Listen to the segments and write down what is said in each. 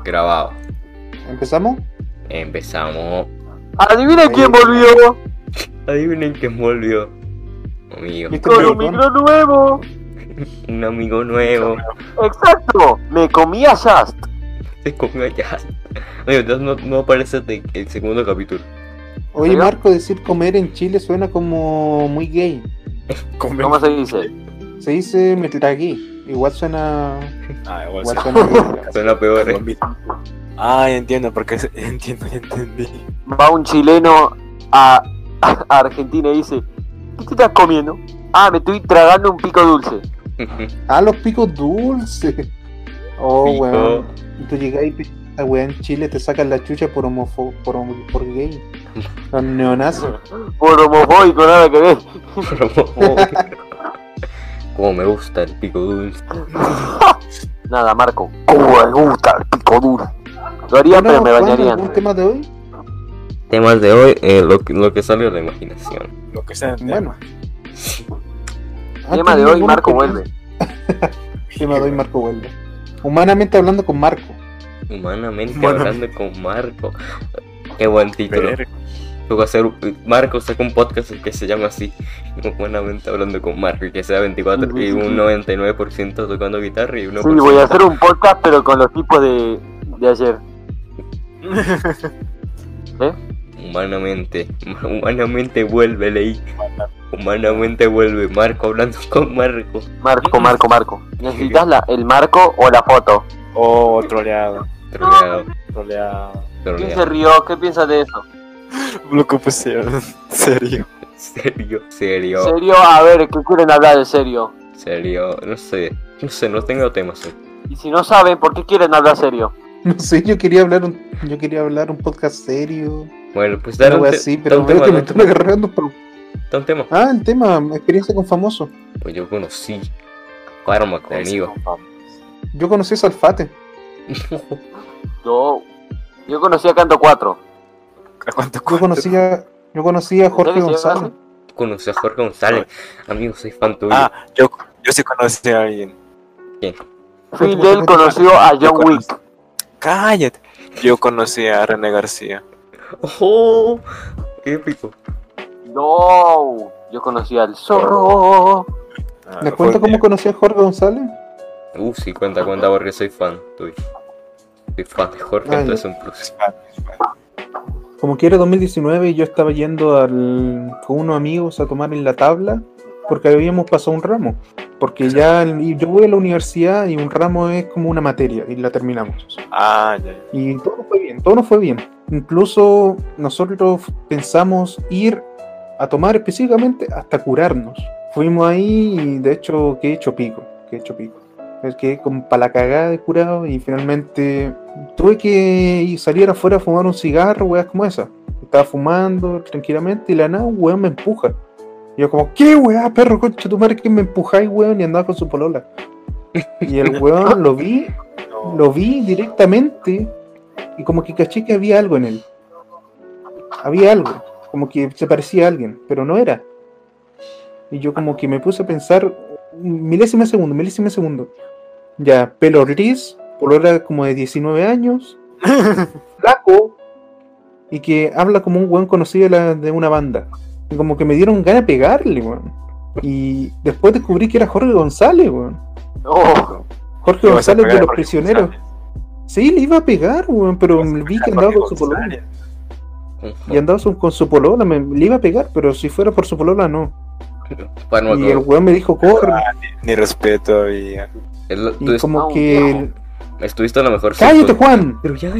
Grabado. ¿Empezamos? Empezamos. Adivinen quién volvió. Adivinen quién volvió. Amigo. Con un micro nuevo. Un amigo nuevo. Exacto. Me comí a Just. Se comió ya. Oye, entonces no aparece el segundo capítulo. Oye, ¿Serio? Marco, decir comer en Chile suena como muy gay. ¿Cómo se dice? Se dice me tragué. Igual suena. Igual Igual sí. suena gay. Suena peor, Ya entendí, ya entendí. Va un chileno a Argentina y dice: ¿qué te estás comiendo? Ah, me estoy tragando un pico dulce. Ah, los picos dulces. Oh, Pico. weón. Y tú llegas y esta weá en Chile te sacan la chucha por por gay. Los neonazis. Por homofóbico, nada que ver. Como me gusta el pico dulce. Nada, Marco. ¿Cómo me gusta el pico dulce? Lo haría, pero me ¿cuándo? bañarían. ¿Algún tema de hoy? Temas de hoy, lo que salió de la imaginación. Lo que sea. Bueno. Tema de hoy, Marco vuelve. Tema de hoy, Marco vuelve. Humanamente hablando con Marco. Humanamente Bueno. hablando con Marco. Qué buen título. Verga. Luego hacer Marco saca un podcast que se llama así, Humanamente hablando con Marco, y que sea 24 y un 99% tocando guitarra y 1%. Sí, voy a hacer un podcast, pero con los tipos de ayer. ¿Eh? Humanamente vuelve, leí. Humanamente vuelve, Marco hablando con Marco. Marco. ¿Necesitas el marco o la foto? Oh, troleado. Troleado, ¿Quién se troleado. rió? ¿Qué piensas de eso? Loco, pues serio. Serio. ¿Serio? A ver, ¿qué quieren hablar de serio? No sé, no tengo temas hoy. Y si no saben, ¿por qué quieren hablar serio? No sé, yo quería hablar un podcast serio. Bueno, pues dar Algo un así, da pero un veo tema, que me da están agarrando por... un tema. Ah, el tema, experiencia con famosos. Pues yo conocí Karma conmigo. Yo conocí a Salfate. Yo conocí a Canto 4. ¿A cuánto Yo conocí a Jorge ¿En serio se llama González. Conocí a Jorge González. Amigo, soy fan tuyo. Yo sí conocí a alguien. ¿Quién? Fidel conoció a John Wick. Cállate. Yo conocí a René García. ¡Oh! ¡Qué épico! No, yo conocí al zorro. ¿Les cuento cómo conocí a Jorge González? Sí, cuenta porque soy fan tuyo. Soy fan de Jorge, Ah, entonces es un plus. Como que era 2019 y yo estaba yendo con unos amigos a tomar en la tabla porque habíamos pasado un ramo. Porque y yo voy a la universidad y un ramo es como una materia y la terminamos. Ya. Y todo nos fue bien. Incluso nosotros pensamos ir a tomar específicamente hasta curarnos. Fuimos ahí y de hecho quedé hecho pico. Quedé como para la cagada de curado y finalmente tuve que salir afuera a fumar un cigarro, weas como esa. Estaba fumando tranquilamente y la nada un weón me empuja. Y yo como, ¿qué weá, perro, concha tu madre, que me empujáis, weón? Y andaba con su polola. Y el weón lo vi directamente y como que caché que había algo en él. Había algo, como que se parecía a alguien, pero no era. Y yo como que me puse a pensar milésima de segundo. Ya, pelo gris, polola como de 19 años, flaco, y que habla como un weón conocido de una banda. Y como que me dieron ganas de pegarle, weón. Y después descubrí que era Jorge González, weón. Oh, Jorge González de Los Prisioneros. Sí, le iba a pegar, weón, pero vi que andaba con su polola. Y andaba con su polola, le iba a pegar, pero si fuera por su polola, no. Fármaco. Y el weón me dijo, corre. Ni respeto había. Y como que... Estuviste a lo mejor. ¡Cállate, Juan! Pero ya.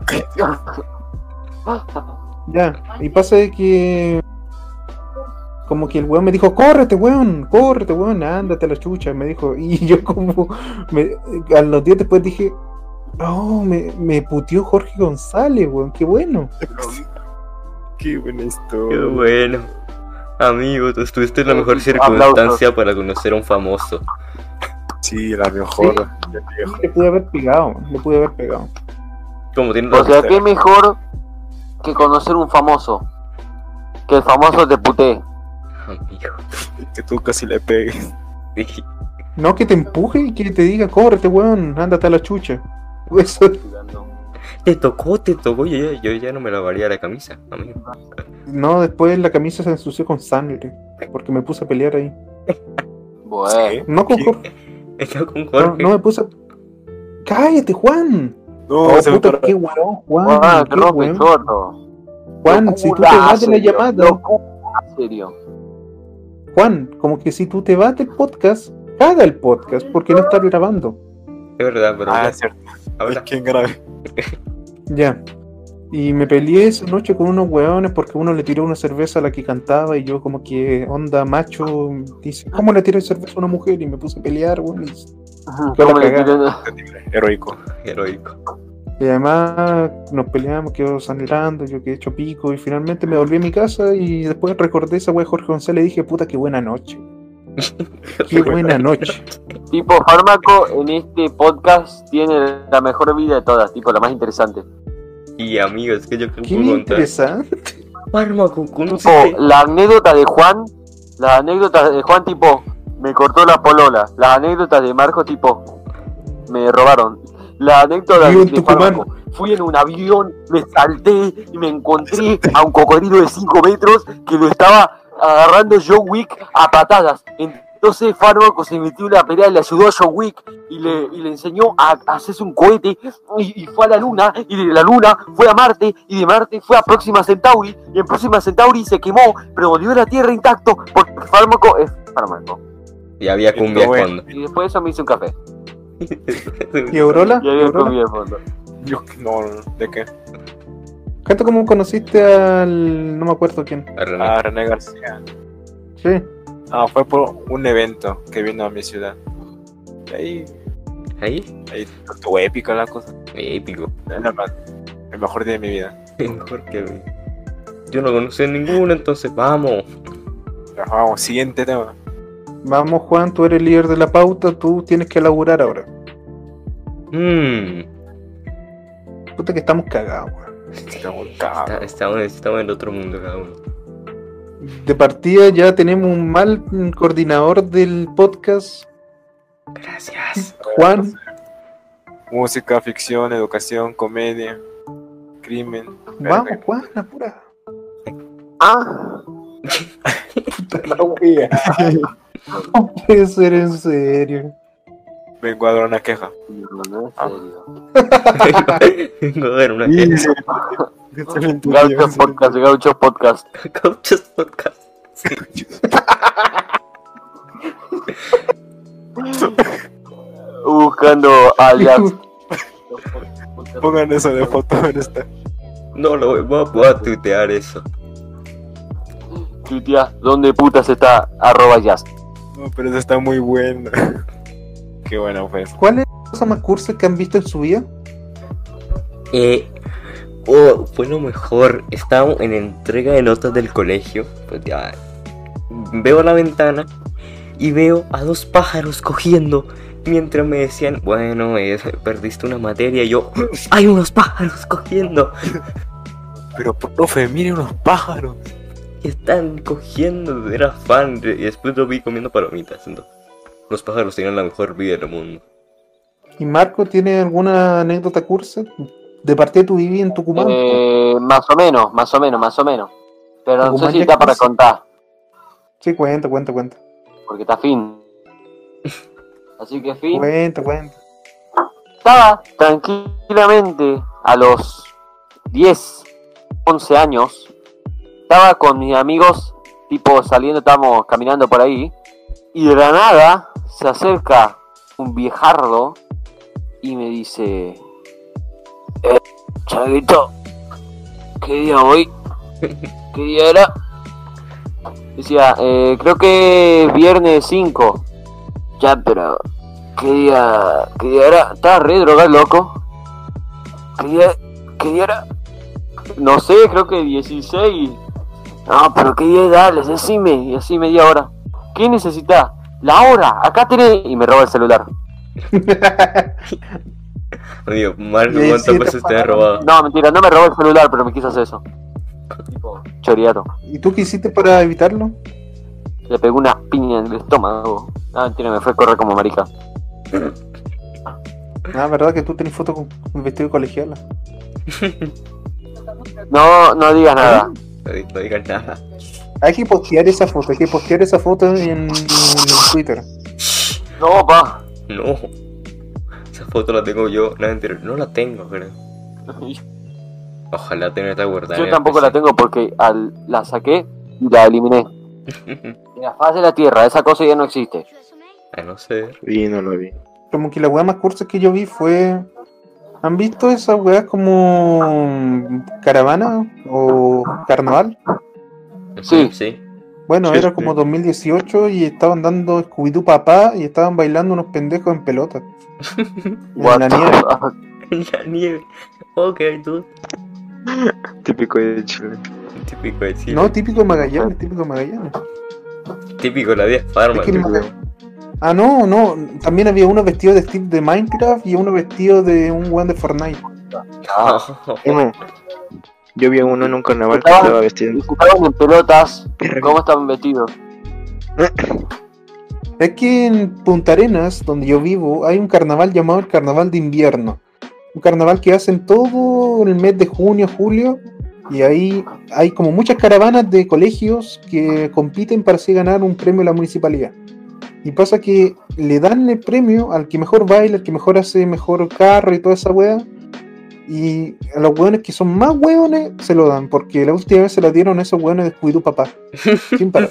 Ya, y pasa de que... Como que el weón me dijo, córrete, weón, ándate a la chucha, me dijo. Y yo como... a los días después dije... Oh, me puteó Jorge González, weón, qué bueno. Qué buena Qué historia. bueno. Amigo, tú estuviste en la mejor circunstancia para conocer a un famoso. Sí, la mejor. Le pude haber pegado. Como tiene o sea, ¿qué mejor que conocer un famoso? Que el famoso te putee. Amigo. Que tú casi le pegues. Sí. No que te empuje y que te diga, córrete, weón, ándate a la chucha. Eso, Te tocó, yo ya no me lavaría la camisa, amigo. No, después la camisa se ensució con sangre. Porque me puse a pelear ahí. Bueno. No con ¿Qué? Jorge. Está con No, Jorge. no me puse a... ¡Cállate, Juan! No, Oh, se me puta, paró. qué weón, Juan. Ah, qué que rompe el weón. chorro. Juan, si tú te Locura, vas de la serio, llamada, locura, serio. Juan, como que si tú te vas del podcast, caga el podcast porque no estás grabando. Es verdad, pero Ah, ya, es cierto. ahora. ¿Quién grave? Ya. Y me peleé esa noche con unos weones porque uno le tiró una cerveza a la que cantaba y yo como que onda macho dice, ¿cómo le tiras cerveza a una mujer? Y me puse a pelear, weón. Qué ¿Cómo la le cagada. tiran? Heroico. Heroico. Y además nos peleamos, quedó sangrando, yo quedé hecho pico y finalmente me volví a mi casa y después recordé esa wea de Jorge González y dije, puta, qué buena noche. Qué buena noche. Tipo, Fármaco en este podcast tiene la mejor vida de todas, tipo, la más interesante. Y amigos, que yo creo que Qué puedo contar. interesante. Fármaco, Tipo, conociste. la anécdota de Juan, tipo, me cortó la polola. Las anécdotas de Marco, tipo, me robaron. La anécdota Vivo en de Tucumán. Fármaco, fui en un avión, me salté y me encontré a un cocodrilo de 5 metros que lo estaba agarrando John Wick a patadas. Entonces Fármaco se metió en la pelea y le ayudó a John Wick y le enseñó a hacerse un cohete y fue a la luna y de la luna fue a Marte y de Marte fue a Próxima Centauri y en Próxima Centauri se quemó pero volvió a la Tierra intacto porque Fármaco es Fármaco. Y había cumbia de Bueno. fondo. Y después de eso me hice un café ¿Y Aurora? y había ¿Aurora? comida de fondo. Yo, no, ¿de qué? Canto, ¿cómo conociste al... no me acuerdo quién? A René. Ah, René García. Sí. Ah, fue por un evento que vino a mi ciudad. Y ahí Ahí, estuvo épica la cosa. épico. El mejor día de mi vida. Mejor que yo no conocí a ninguno, entonces vamos. Pero vamos, siguiente tema. Vamos, Juan, tú eres el líder de la pauta, tú tienes que laburar ahora. Puta que estamos cagados, weón. Estamos cagados. Estamos en otro mundo cada uno. De partida ya tenemos un mal coordinador del podcast, Gracias. Juan. Música, ficción, educación, comedia, crimen. Vamos, Juan, apura. Ah, Puta la wea. No puede ser en serio. Vengo a dar una queja. no, en serio. Vengo a ver una queja. Gauchos Podcast. Coaches Podcast. Sí. Buscando alias. Pongan eso de foto en esta. No, voy a tuitear eso. Tuitea, ¿dónde putas está? @jazz. No, pero eso está muy bueno. Qué bueno fue eso. ¿Cuál es la cosa más cursa que han visto en su vida? Fue lo mejor. Estaba en entrega de notas del colegio. Pues ya. Veo la ventana y veo a 2 pájaros cogiendo. Mientras me decían, bueno, perdiste una materia. Y yo, hay unos pájaros cogiendo. Pero profe, mire unos pájaros. Están cogiendo. Era fan. Y después lo vi comiendo palomitas. Entonces, los pájaros tienen la mejor vida del mundo. ¿Y Marco tiene alguna anécdota cursa? De partida tú vivías en Tucumán. Más o menos. Pero no Tucumán sé si ya está para casi. contar, Sí, cuenta. porque está fin. Así que fin. Cuenta. Estaba tranquilamente a los 10, 11 años. Estaba con mis amigos, tipo saliendo, estábamos caminando por ahí. Y de la nada se acerca un viejardo y me dice: Chaguito, ¿qué día hoy? ¿Qué día era? Decía, creo que es viernes 5. Ya, pero ¿qué día era? Estaba re drogado, loco. ¿Qué día era? No sé, creo que 16. No, pero ¿qué día? Dale, decime. Y así media hora. ¿Qué necesitas? La hora, acá tenés. Y me roba el celular. Amigo, Marco, Y ¿cuántas sí, veces te han robado? No, mentira, no me robó el celular, pero me quiso hacer eso. Tipo, choriato. ¿Y tú qué hiciste para evitarlo? Le pegó una piña en el estómago. Ah, mentira, me fue a correr como marica. Ah, ¿verdad que tú tenés foto con el vestido colegiala? No digas nada. No digas nada. Hay que postear esa foto en Twitter. No, pa. No. Esa foto la tengo yo. No, mentira, no la tengo, creo. Ojalá tenerla guardada. Yo en el tampoco PC. la tengo porque la saqué y la eliminé. En la faz de la Tierra, esa cosa ya no existe. A no ser. Y no lo vi. Como que la weá más cursa que yo vi fue. ¿Han visto esas weas como caravana o carnaval? Sí. Sí. Bueno, Sí, era sí. como 2018 y estaban dando Scooby-Doo papá y estaban bailando unos pendejos en pelota. What En la the nieve. fuck? En la nieve. Ok, tú. Típico de Chile. Típico de Chile. No, típico Magallanes, típico Magallanes. Típico la 10 Farma. Es que típico. Ah, no, también había uno vestido de Steve de Minecraft y uno vestido de un weón de Fortnite. Dime, yo vi a uno en un carnaval que Estaban- estaba vestido. Y si estaban en pelotas, ¿cómo estaban vestidos? Es que en Punta Arenas, donde yo vivo, hay un carnaval llamado el Carnaval de Invierno. Un carnaval que hacen todo el mes de junio, julio. Y ahí hay como muchas caravanas de colegios que compiten para así ganar un premio a la municipalidad. Y pasa que le dan el premio al que mejor baila, al que mejor hace mejor carro y toda esa wea. Y a los weones que son más weones se lo dan, porque la última vez se la dieron a esos weones de Scooby-Doo papá. Sin parar.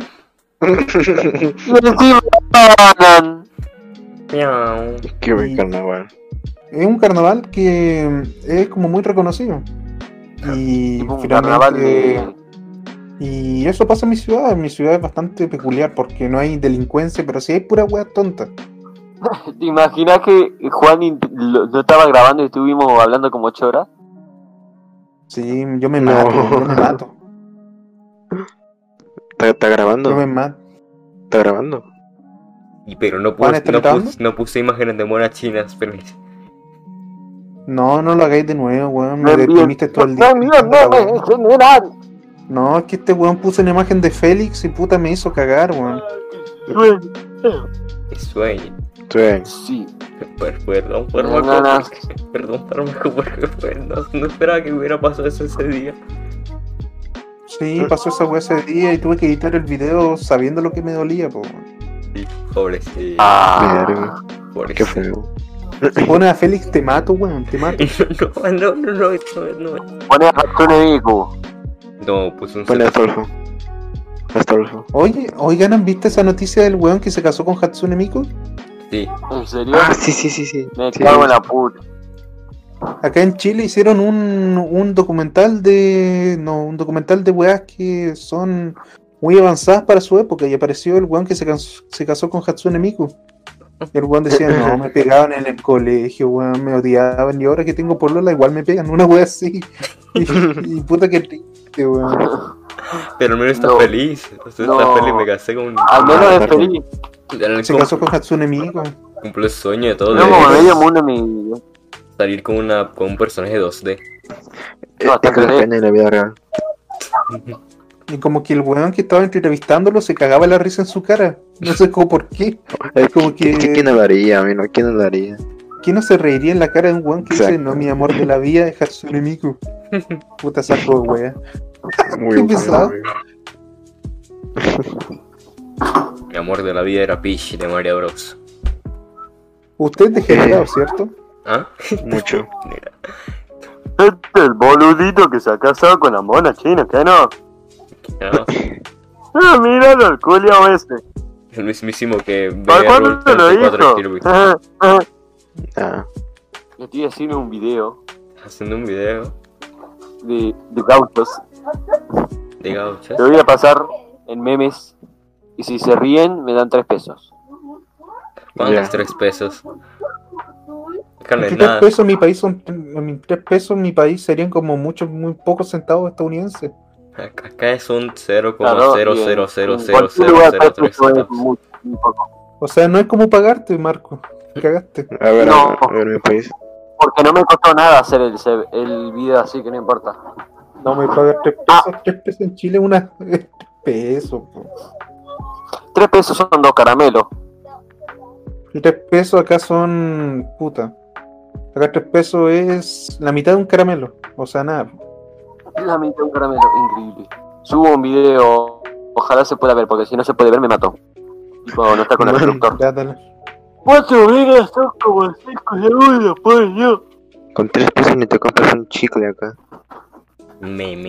Miau. Qué buen carnaval. Es un carnaval que es como muy reconocido. Y Tipo un finalmente, carnaval de... y eso pasa en mi ciudad. En mi ciudad es bastante peculiar porque no hay delincuencia, pero sí hay pura wea tonta. ¿Te imaginas que Juan no estaba grabando y estuvimos hablando como 8 horas? Sí, yo me No. mato, yo me mato, ¿Está grabando? yo me mato. ¿Está grabando? Y pero no ¿Juan puse, está no, gritando? puse, no puse imágenes de monas chinas, pero No lo hagáis de nuevo, weón. Me Me deprimiste todo el día. en general. No, es que este weón puso una imagen de Félix y puta me hizo cagar, weón. es sueño. Sí. Perdón, Me dan ganas. Perdón, porque no esperaba que hubiera pasado eso ese día. Sí, pasó esa weá ese día y tuve que editar el video sabiendo lo que me dolía, po, weón. Sí, pobrecito. Verga, qué Pobrecito. feo. Si pones a Félix, te mato, weón, te mato. No. Pone a Hatsune Miku. No, puse un Pone Astolfo. Astolfo. Oye, oigan, ¿han visto esa noticia del weón que se casó con Hatsune Miku? Sí. ¿En serio? Ah, sí. Me Sí, cago en la puta. Acá en Chile hicieron un documental de. No, un documental de weas que son muy avanzadas para su época. Y apareció el weón que se casó con Hatsune Miku. Y el weón decía, no, me pegaban en el colegio, weón, me odiaban. Y ahora que tengo polola, igual me pegan. Una wea así. Y puta que triste, weón. Pero al menos está No. feliz. Usted No. está feliz, me casé con un. Al menos es feliz. Se casó con Hatsune Miku. Cumple el sueño de todo. No, de como medio mundo en mi video. salir con un personaje 2D. No, hasta Es la que- pena en la vida real. Y como que el weón que estaba entrevistándolo se cagaba la risa en su cara. No sé cómo por qué. Es como que. Es que ¿quién no lo haría, amigo? ¿Quién no lo haría? ¿Quién no se reiría en la cara de un weón que dice, Exacto. no, mi amor de la vida es Hatsune Miku? Puta saco de wea. Muy Qué bueno, pesado. amigo. Mi amor de la vida era Peach de Mario Bros. Usted es degenerado, ¿cierto? ¿Ah? Mucho. Mira. Este es el boludito que se ha casado con la mona china, ¿qué no? No, Ah, míralo, el culiao este. el mismísimo que ¿Para ve cuándo Rule te lo 34 hizo? Kirby. Ah, Le estoy haciendo un video Haciendo un video de gauchos. de gauchas. Lo voy a pasar en memes. Y si se ríen, me dan 3 pesos. ¿Cuántos Ya. 3 pesos? Acá no Es es que 3 nada. pesos en mi país son. 3 pesos en mi país serían como muchos, muy pocos centavos estadounidenses. Acá es un Claro, y en cualquier lugar 0,0000003 3 pesos es centavos. muy poco. O sea, no es como pagarte, Marco. Cagaste. a ver, No. a ver mi país. Porque no me costó nada hacer el video, así que no importa. No me pagar 3 pesos. 3 pesos en Chile, 3 pesos. Po. 3 pesos son 2 caramelos. Y 3 pesos acá son. Puta. Acá 3 pesos es la mitad de un caramelo. O sea, nada. La mitad de un caramelo, increíble. Subo un video, ojalá se pueda ver, porque si no se puede ver me mató. Tipo, no está con el reproductor. Ya, dale. 4 megas son como 5 segundos, pues yo. Con 3 pesos ni te compras un chicle acá. Meme.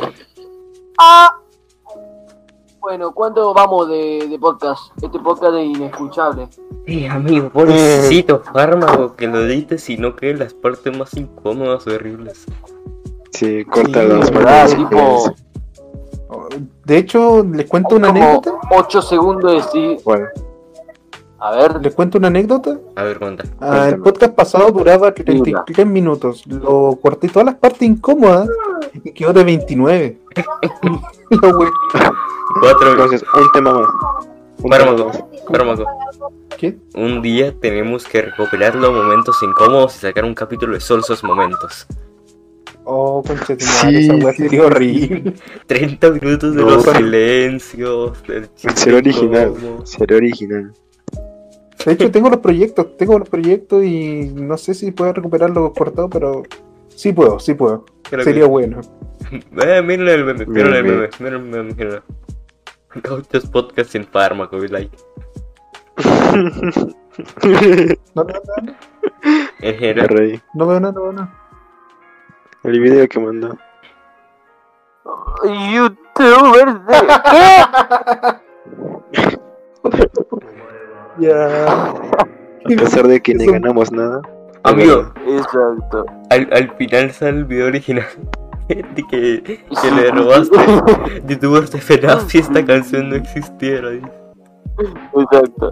Bueno, ¿cuánto vamos de podcast? Este podcast es inescuchable. Amigo, pobrecito fármaco que lo edites y no queden las partes más incómodas o horribles. Sí, corta Sí, las ¿verdad? partes. Tipo, De hecho, les cuento una como anécdota. 8 segundos de sí. Bueno, A ver, Les cuento una anécdota. A ver, cuenta. El Cuéntame. podcast pasado duraba 33 minutos. Lo corté todas las partes incómodas y quedó de 29. Lo güey. 4. entonces, un tema más. Un tema Fármaco. más. Fármaco. ¿Qué? Un día tenemos que recopilar los momentos incómodos y sacar un capítulo de solo esos momentos. Oh, concha de Sí, madre, esa weá sí, sería horrible. 30 minutos de No, los para- silencios. Del chiste Sería original. incómodo. Sería original. De hecho, tengo los proyectos y no sé si puedo recuperar lo cortado, pero sí puedo. Creo Sería que- bueno. Mírenle el meme, Bien, mírenle el bien. meme, mírenle el meme, mírenle. Gauchos podcast sin fármaco, like. No En Me general, reí. veo nada. El video que mandó. YouTuber de... Ya. A pesar de que ni Eso- ganamos nada. amigo, Exacto. al final sale el video original de que le robaste youtubers de FNAF y esta canción no existiera. Dice. Exacto.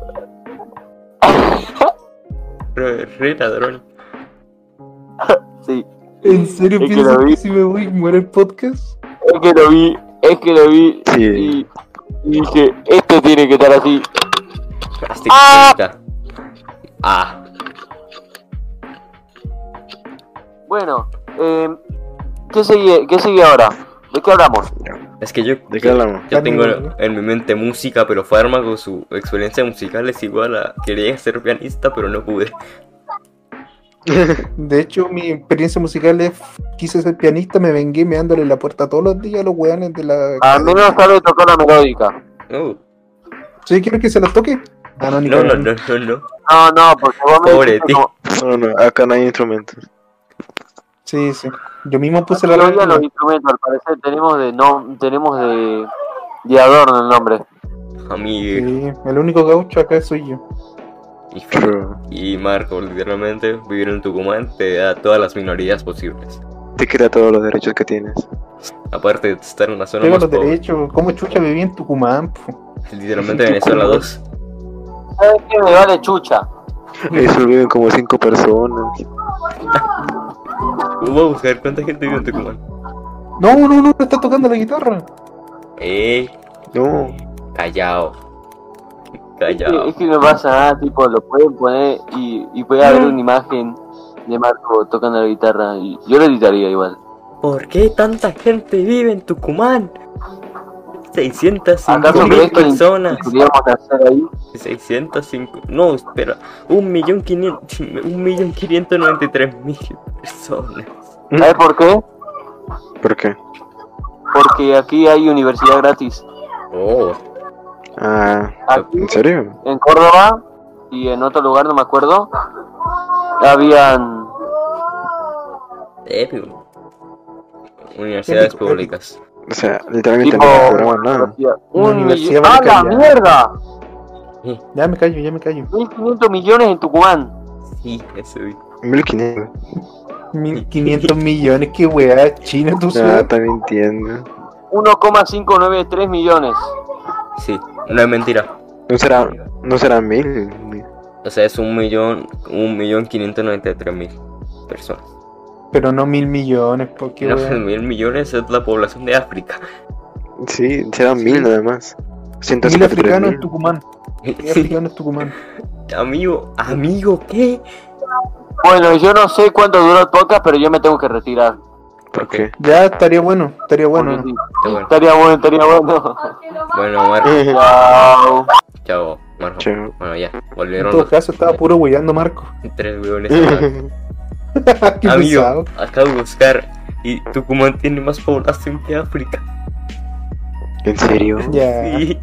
Re ladrón. Sí. ¿En serio Es que piensas lo vi. que si me voy muere el podcast? Es que lo vi Sí. y dije, esto tiene que estar así. Hasta que cuenta. Bueno, ¿qué sigue ahora? ¿De qué hablamos? Es que yo ¿De qué hablamos? yo tengo Fármaco. en mi mente música, pero Fármaco, su experiencia musical es igual a quería ser pianista, pero no pude. De hecho, mi experiencia musical es quise ser pianista, me vengué meándole la puerta todos los días a los weones de la. Al menos sabe tocar la melódica. ¿Sí quieres que se las toque? Ah, no, ni No, no, cagando. no, no, no. No, porque vos me Pobre dijiste tío. como- No, acá no hay instrumentos. Sí. Yo mismo puse no la había los regla. instrumentos, al parecer tenemos de adorno el nombre. Amigo. Sí, el único gaucho acá soy yo. Pero Y Marco, literalmente, vivir en Tucumán te da todas las minorías posibles. te queda todos los derechos que tienes. Aparte de estar en la zona Tengo más los pobre. derechos. ¿Cómo chucha viví en Tucumán? Po? Literalmente Venezuela 2. ¿Sabes qué? Me vale chucha. Eso viven como 5 personas. Voy a buscar cuánta gente vive en Tucumán. No, está tocando la guitarra. No, Callao. Es Callao. que no pasa nada, tipo, lo pueden poner y puede haber una imagen de Marco tocando la guitarra y yo lo editaría igual. ¿Por qué tanta gente vive en Tucumán? 605 ¿Acaso mil crees que personas. podríamos hacer ahí? 605. No, espera. 1.593.000 personas. ¿Sabes por qué? ¿por qué? Porque aquí hay universidad gratis. Oh. Ah, Aquí ¿en serio? en Córdoba y en otro lugar, no me acuerdo, habían... Épico. Universidades Épico, públicas. O sea, literalmente tipo... no cobramos nada. Una un universidad millón... ¡Ah, la bancaria. mierda! Ya me callo. 1.500 millones en Tucumán. Sí, eso vi. 1500. 1500 millones, qué weá, China, tu No, ciudad. está mintiendo. 1,593 millones. Sí, no es mentira. No será 1000. O sea, es 1.593.000 personas. Pero no 1000 millones, porque No, weá. 1.000 millones es la población de África. Sí, serán 1000 nada más. 1000 africanos en 153.000. Tucumán. 1000 africanos en Tucumán. Amigo, ¿qué? Bueno, yo no sé cuánto duró el podcast, pero yo me tengo que retirar. ¿Por qué? Ya estaría bueno. Porque sí, Está bueno. estaría bueno. Bueno, Marco, Chao. chao, Marco. Chao. Bueno, ya, En volvieron todo los caso, estaba puro weyando Marco. 3 huevones a hablar. Qué Amigo, pesado. acabo de buscar y Tucumán tiene más población que África. ¿En serio? Ya. Sí.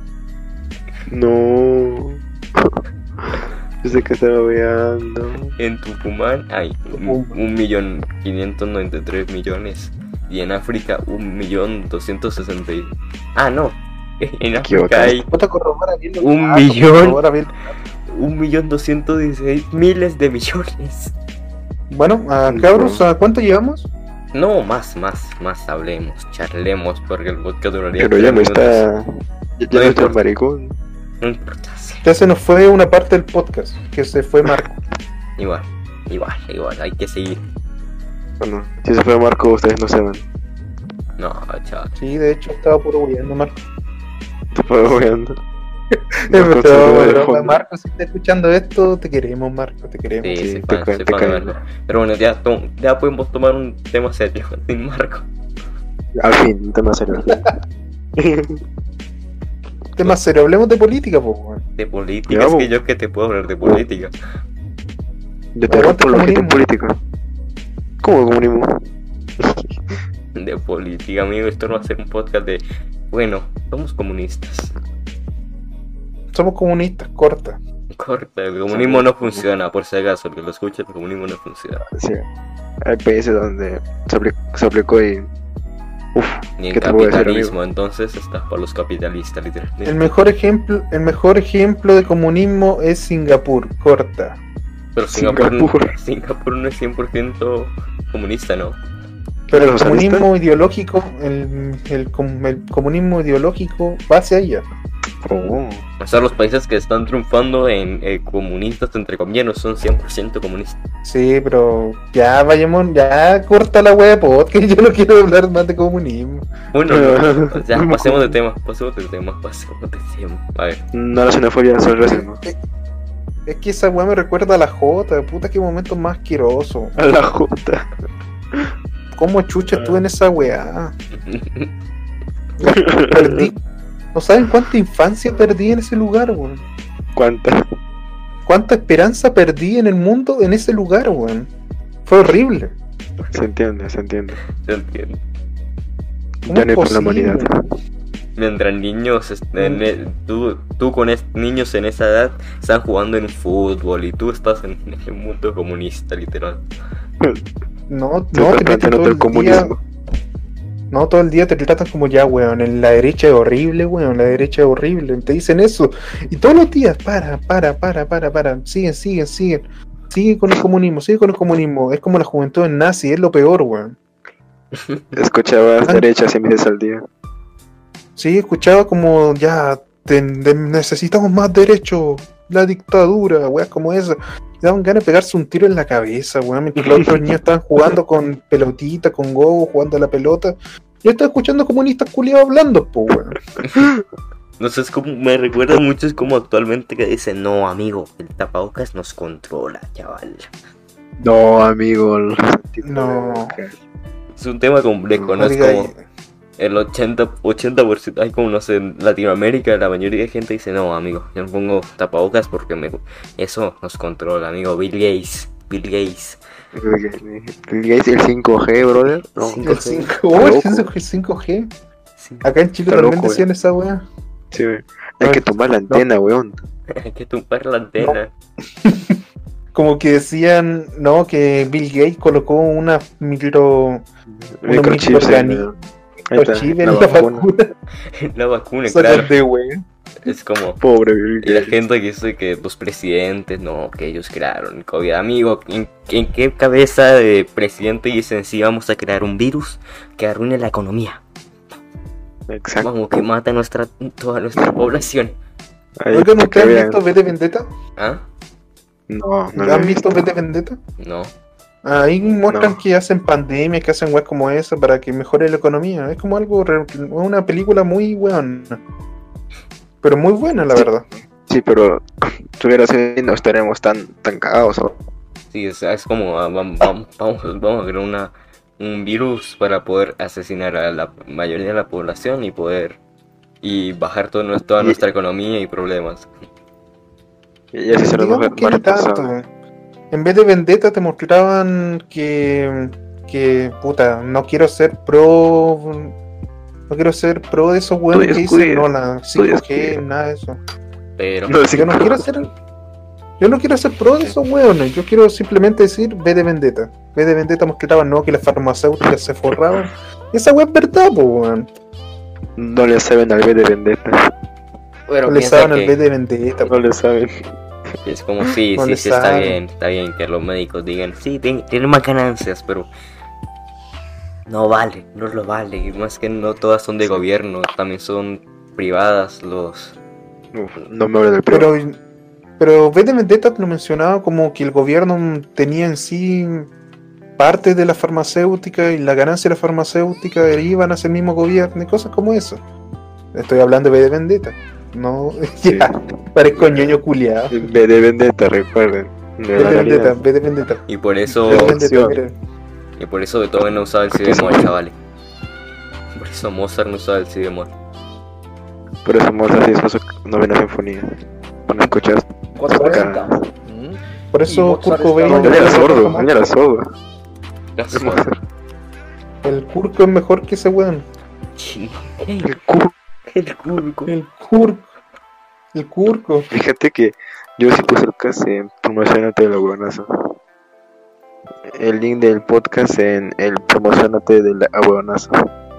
No. Pensé que estaba veando. En Tucumán hay Tucumán. 1.593.000.000 y en África 1.260.000. Ah, no. En África Equivocado. hay Puta, corrobora bien los 1.000.000. datos, corrobora bien. 1.216.000.000.000. Bueno, cabros, ¿a cuánto llevamos? No, más, hablemos, charlemos, porque el podcast duraría Pero ya 3 no minutos. está. Ya No no está el importa. maricón. No importa, sí. Ya se nos fue una parte del podcast, que se fue Marco. Igual, hay que seguir. Bueno, si se fue Marco, ustedes no se van. No, chaval. Sí, de hecho estaba puro huyendo, Marco. Te fue veando. Pero, broma, Marco, si estás escuchando esto, te queremos, Marco, te queremos. Sí, Sí, se te fan, cae- se te fan, cae. ¿verdad? Pero bueno, ya podemos tomar un tema serio sin Marco. Al fin, un tema serio. Tema serio, hablemos de política, pues, weón. De política, Ya, es bo. que yo que te puedo hablar de política. De terror Aguanta por el la gente comunismo. política. ¿Cómo el comunismo? De política, amigo, esto no va a ser un podcast de... Bueno, somos comunistas. Somos comunistas, corta. Corta, el comunismo no funciona, por si acaso, que lo escucha, el comunismo no funciona. Sí. Hay países donde se aplicó y. Uf, Ni en ¿qué te puedo decir, capitalismo, amigo? entonces está para los capitalistas, literalmente. El mejor ejemplo de comunismo es Singapur, corta. Pero Singapur no es 100% comunista, ¿no? Pero el ¿Socialista? comunismo ideológico, el comunismo ideológico va hacia allá. Oh. O sea, los países que están triunfando en comunistas, entre comillas, no son 100% comunistas. Sí, pero ya vayamos, ya corta la wea de podcast, yo no quiero hablar más de comunismo. Bueno, no, ya, pasemos de tema. A ver, No, la xenofobia son racismo. Es que esa wea me recuerda a la Jota, puta que momento más asqueroso. A la jota. ¿Cómo chucha estuve en esa wea? Perdí. No saben cuánta infancia perdí en ese lugar, weón. ¿Cuánta? Cuánta esperanza perdí en el mundo en ese lugar, weón. Fue horrible. Se entiende, se entiende. se entiende. ¿Cómo Ya no hay es por la posible? humanidad. Mientras niños, tú con niños en esa edad están jugando en fútbol y tú estás en el mundo comunista, literal. No, Se no, está te meten planteando todo el el día. comunismo. No, todo el día te tratan como ya, weón. En la derecha es horrible, weón. La derecha es horrible. Te dicen eso. Y todos los días, para. Siguen. Sigue con el comunismo, sigue con el comunismo. Es como la juventud en nazi, es lo peor, weón. Escuchabas derecha 100 veces al día. Sí, escuchaba como ya, necesitamos más derechos. La dictadura, weón, como esa. Le daban ganas de pegarse un tiro en la cabeza, weón. Mientras los otros niños estaban jugando con pelotita, con gogo, jugando a la pelota. Yo estaba escuchando comunistas culiados hablando, po, weón. No sé, es como, me recuerda mucho, es como actualmente que dicen, no amigo, el tapabocas nos controla, chaval. No, amigo. No. Es un tema complejo, ¿no? Es diga como el 80%, hay como, no sé, en Latinoamérica la mayoría de gente dice, no amigo, yo no pongo tapabocas porque eso nos controla, amigo. Bill Gates. El 5G, brother. No, Sí. El 5G. Sí. Acá en Chile Está también loco, decían esa weá. sí, güey. Hay que tomar la antena, weón. Hay que tumbar la antena. Como que decían, no, que Bill Gates colocó una Microchips. microorganismo. Ahí está, chip la en la vacuna. vacuna. La vacuna, Sacas claro. de weá. Es como... Pobre Bill Y la Gates. gente que dice que los presidentes, no, que ellos crearon el COVID. Amigo, ¿en qué cabeza de presidente dicen si vamos a crear un virus que arruine la economía? Exacto. Vamos, que mata toda nuestra población. Ahí Oigan, para que ¿ustedes han vean. visto V de Vendetta? ¿Ah? No, no lo he ¿Han visto V de Vendetta? No. Ahí muestran No. que hacen pandemia, que hacen weas como esa para que mejore la economía. Es como algo, una película muy weón. Pero muy buena, la Sí. verdad. Sí, pero si hubiera sido no estaríamos tan cagados. ¿No? Sí, es como vamos a crear un virus para poder asesinar a la mayoría de la población y bajar toda nuestra economía y problemas. Y así se nos va Digamos a que ni ver pasado. tanto. En vez de Vendetta te mostraban que puta, no quiero ser pro de esos weones que dicen no, la 5G, nada de eso. Pero No, sí, Yo no quiero ser pro de esos weones, yo quiero simplemente decir V de Vendetta. V de Vendetta mostraban no que las farmacéuticas se forraban. Esa wea es verdad, po, weón. No le saben al B de Vendetta. bueno, No le piensa saben al V que de Vendetta, po. No le saben. es como sí, No sí, le sí, saben. está bien que los médicos digan, sí, tienen más ganancias, pero no lo vale, y más que no todas son de gobierno, también son privadas los... Uf, no me habla del pro. Pero V de Vendetta lo mencionaba como que el gobierno tenía en sí parte de la farmacéutica y la ganancia de la farmacéutica iban hacia el mismo gobierno y cosas como eso. Estoy hablando de V de Vendetta. No, Sí. ya, parezco ñoño culiado. B de Vendetta, recuerden. De V la de Vendetta, realidad. V de Vendetta. Y por eso, V de Vendetta, opción. mira. y por eso Beethoven no usaba el si bemol, chavales. Por eso Mozart no usaba el si bemol. Por eso Mozart hizo su novena sinfonía. ¿No escuchas? Acá. Por Y eso Mozart Kurt Cobain estaba- Él era sordo, él era sordo. Gracias. Mozart. el Kurt es mejor que ese weón. El cu- El curco. El Kurko. Fíjate que yo sí puse el cast en Promocionate de la Huevonazo. El link del podcast en el Promocionate de la Huevonazo.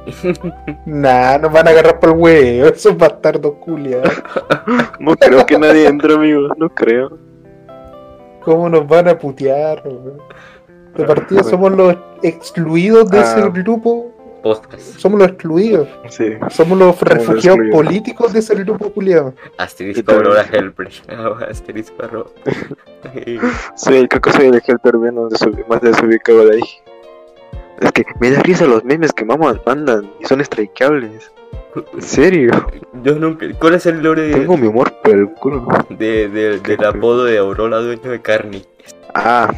Nah, nos van a agarrar por el huevo, esos bastardos culiados. No creo que nadie entre, amigo. No creo. ¿Cómo nos van a putear, weón? De partida somos los excluidos de ese grupo. Podcast. Somos los excluidos. Sí. Somos los refugiados excluidos. políticos de ese grupo culiado. Asterisco Aurora Helpers. Asterisco Aurora. Creo que soy el ejemplo más desubicado de ahí. Es que me da risa los memes que mandan y son strikeables. En serio. Yo nunca. ¿Cuál es el lore Tengo mi humor por el culo. del apodo de Aurora, dueño de Carney? Ah.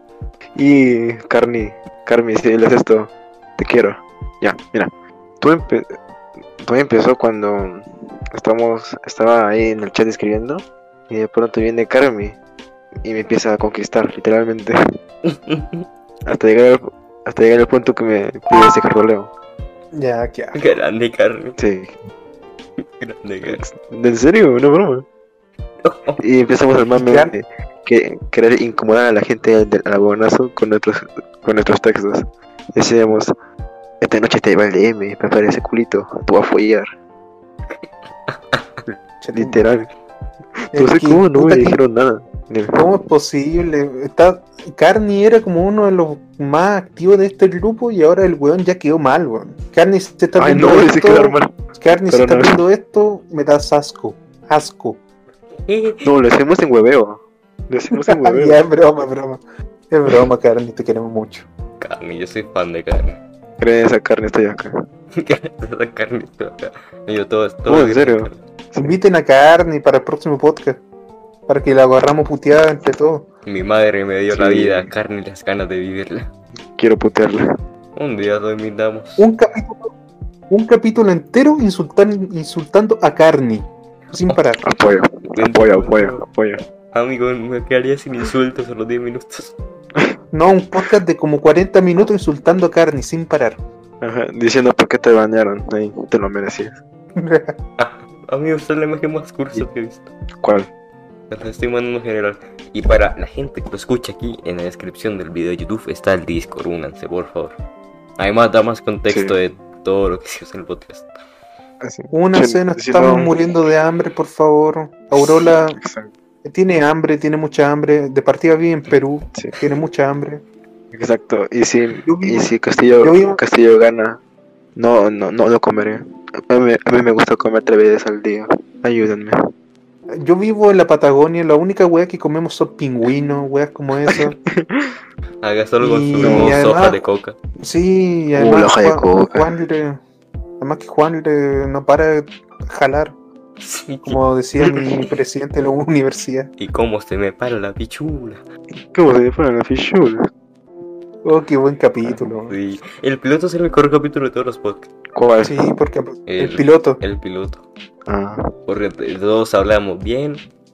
Y Carmi, si él es esto, te quiero. Ya, mira. Todo empezó cuando estaba ahí en el chat escribiendo y de pronto viene Carmi y me empieza a conquistar, literalmente. hasta llegar al punto que me pide ese carroleo. Ya, ¿qué hago? Grande Carney. Sí. Grande Carney. ¿En serio? No broma. Y empezamos el mame de que querer incomodar a la gente del abonazo con nuestros textos. Decíamos, esta noche te va el DM, prepara ese culito, tú vas a follar. Literal. No sé cómo no me dijeron nada. ¿Cómo es posible? Carney era como uno de los más activos de este grupo y ahora el weón ya quedó mal, weón. Carney se está Ay, viendo no, ese esto. quedar mal. Carney se Pero está no. viendo esto, me das asco. Asco. No, lo hacemos en hueveo. Lo hacemos en Ya, hueveo. es broma. Es broma, Carney, te queremos mucho. Carney, yo soy fan de Carney. Creen esa carne, estoy acá. Carney, y yo todo. Oh, ¿en serio? Inviten a Carney para el próximo podcast. Para que la agarramos puteada entre todos. Mi madre me dio la Sí. vida, Carney, las ganas de vivirla. Quiero putearla. Un día lo invitamos. Un capítulo entero insultando a Carney. Sin parar. Apoyo. Amigo, me quedaría sin insultos a los 10 minutos. No, un podcast de como 40 minutos insultando a Carney sin parar. Ajá, diciendo por qué te banearon. Ahí, te lo merecías. Amigo, esta es la imagen más cursa que he visto. ¿Cuál? Te la estoy mandando en general. Y para la gente que lo escucha aquí, en la descripción del video de YouTube está el Discord, únanse, por favor. Además, da más contexto Sí. de todo lo que se usa en el podcast. Así. Únanse, nos Si estamos no- muriendo de hambre, por favor. Aurora Exacto. tiene hambre, tiene mucha hambre. De partida vive en Perú, Sí. tiene mucha hambre. Exacto. Y si Yo vivo- Castillo, yo vivo- Castillo gana, no lo comeré. A mí me gusta comer 3 veces al día. Ayúdenme. Yo vivo en la Patagonia, la única wea que comemos son pingüinos, weas como eso. Haga solo con Y su además- hoja de coca. Sí, y la además hoja de coca. Además que Juan no para de jalar, Sí. como decía mi presidente de la universidad. Y cómo se me para la pichula. ¿Cómo se me fueron la fichula? Oh, qué buen capítulo. Sí. El piloto es el mejor capítulo de todos los podcasts. ¿Cuál? Sí, porque el El- piloto. El piloto. Ah, Porque todos hablamos bien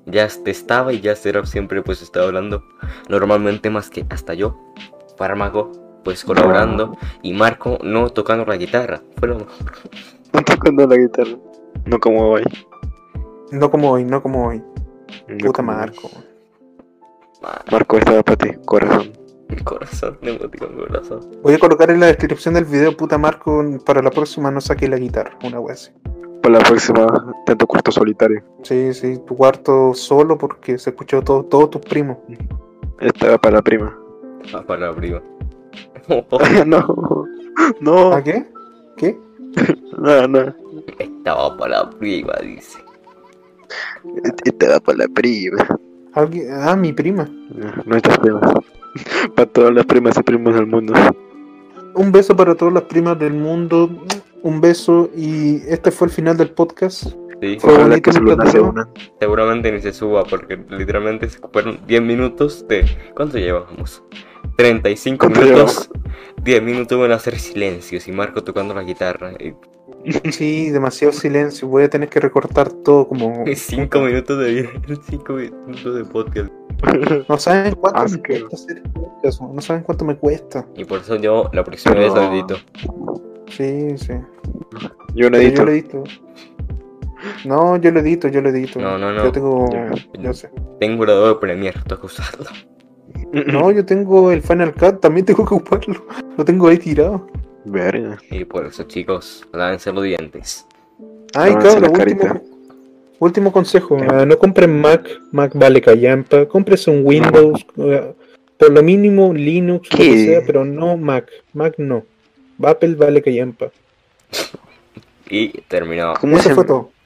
ya estaba y ya Seraph siempre pues estaba hablando normalmente más que hasta yo, Fármaco pues colaborando y Marco no tocando la guitarra. Fue lo mejor. No tocando la guitarra. No como hoy. No como hoy, no como hoy. No Puta como hoy. Marco. Marco, estaba para ti, corazón. Mi corazón, emoticón corazón. Voy a colocar en la descripción del video, puta Marco, para la próxima no saque la guitarra, una wea así. Para la próxima, en tu cuarto solitario. Sí, sí, tu cuarto solo porque se escuchó todos tus primos. Esta va para la prima. Ah, para arriba. No. No. ¿A qué? ¿Qué? No. Estaba para la prima, dice. Esta va para la prima. ¿Alguien? Ah, mi prima. Nuestras primas. Para todas las primas y primos del mundo. Un beso para todas las primas del mundo. Un beso y este fue el final del podcast. Sí, Fue Ojalá bonito que se lo mientras nace duró. una. seguramente ni se suba porque literalmente fueron 10 minutos de... ¿Cuánto llevamos? 35 ¿Cuánto minutos. 10 minutos van a hacer silencios y Marco tocando la guitarra. Y Sí, demasiado silencio. Voy a tener que recortar todo como. 5 minutos de video, 5 minutos de podcast. No saben cuánto me Asco. cuesta hacer podcast, no saben cuánto me cuesta. Y por eso yo la próxima vez lo edito. Sí, sí. Yo no Pero edito. yo lo edito. No, yo lo edito. No. Yo tengo. Ya. Yo sé. Tengo el de Premiere, tengo que usarlo. No, yo tengo el Final Cut, también tengo que ocuparlo. Lo tengo ahí tirado. Verga. Y por eso, chicos, lávense los dientes. Ay, Lávense cabrón, la carita. último consejo. No compren Mac. Mac vale callampa. Cómprese un Windows. Por lo mínimo Linux, lo ¿Qué? que sea, pero no Mac. Mac no. Apple vale callampa. Y terminado. ¿Cómo Eso se fue todo.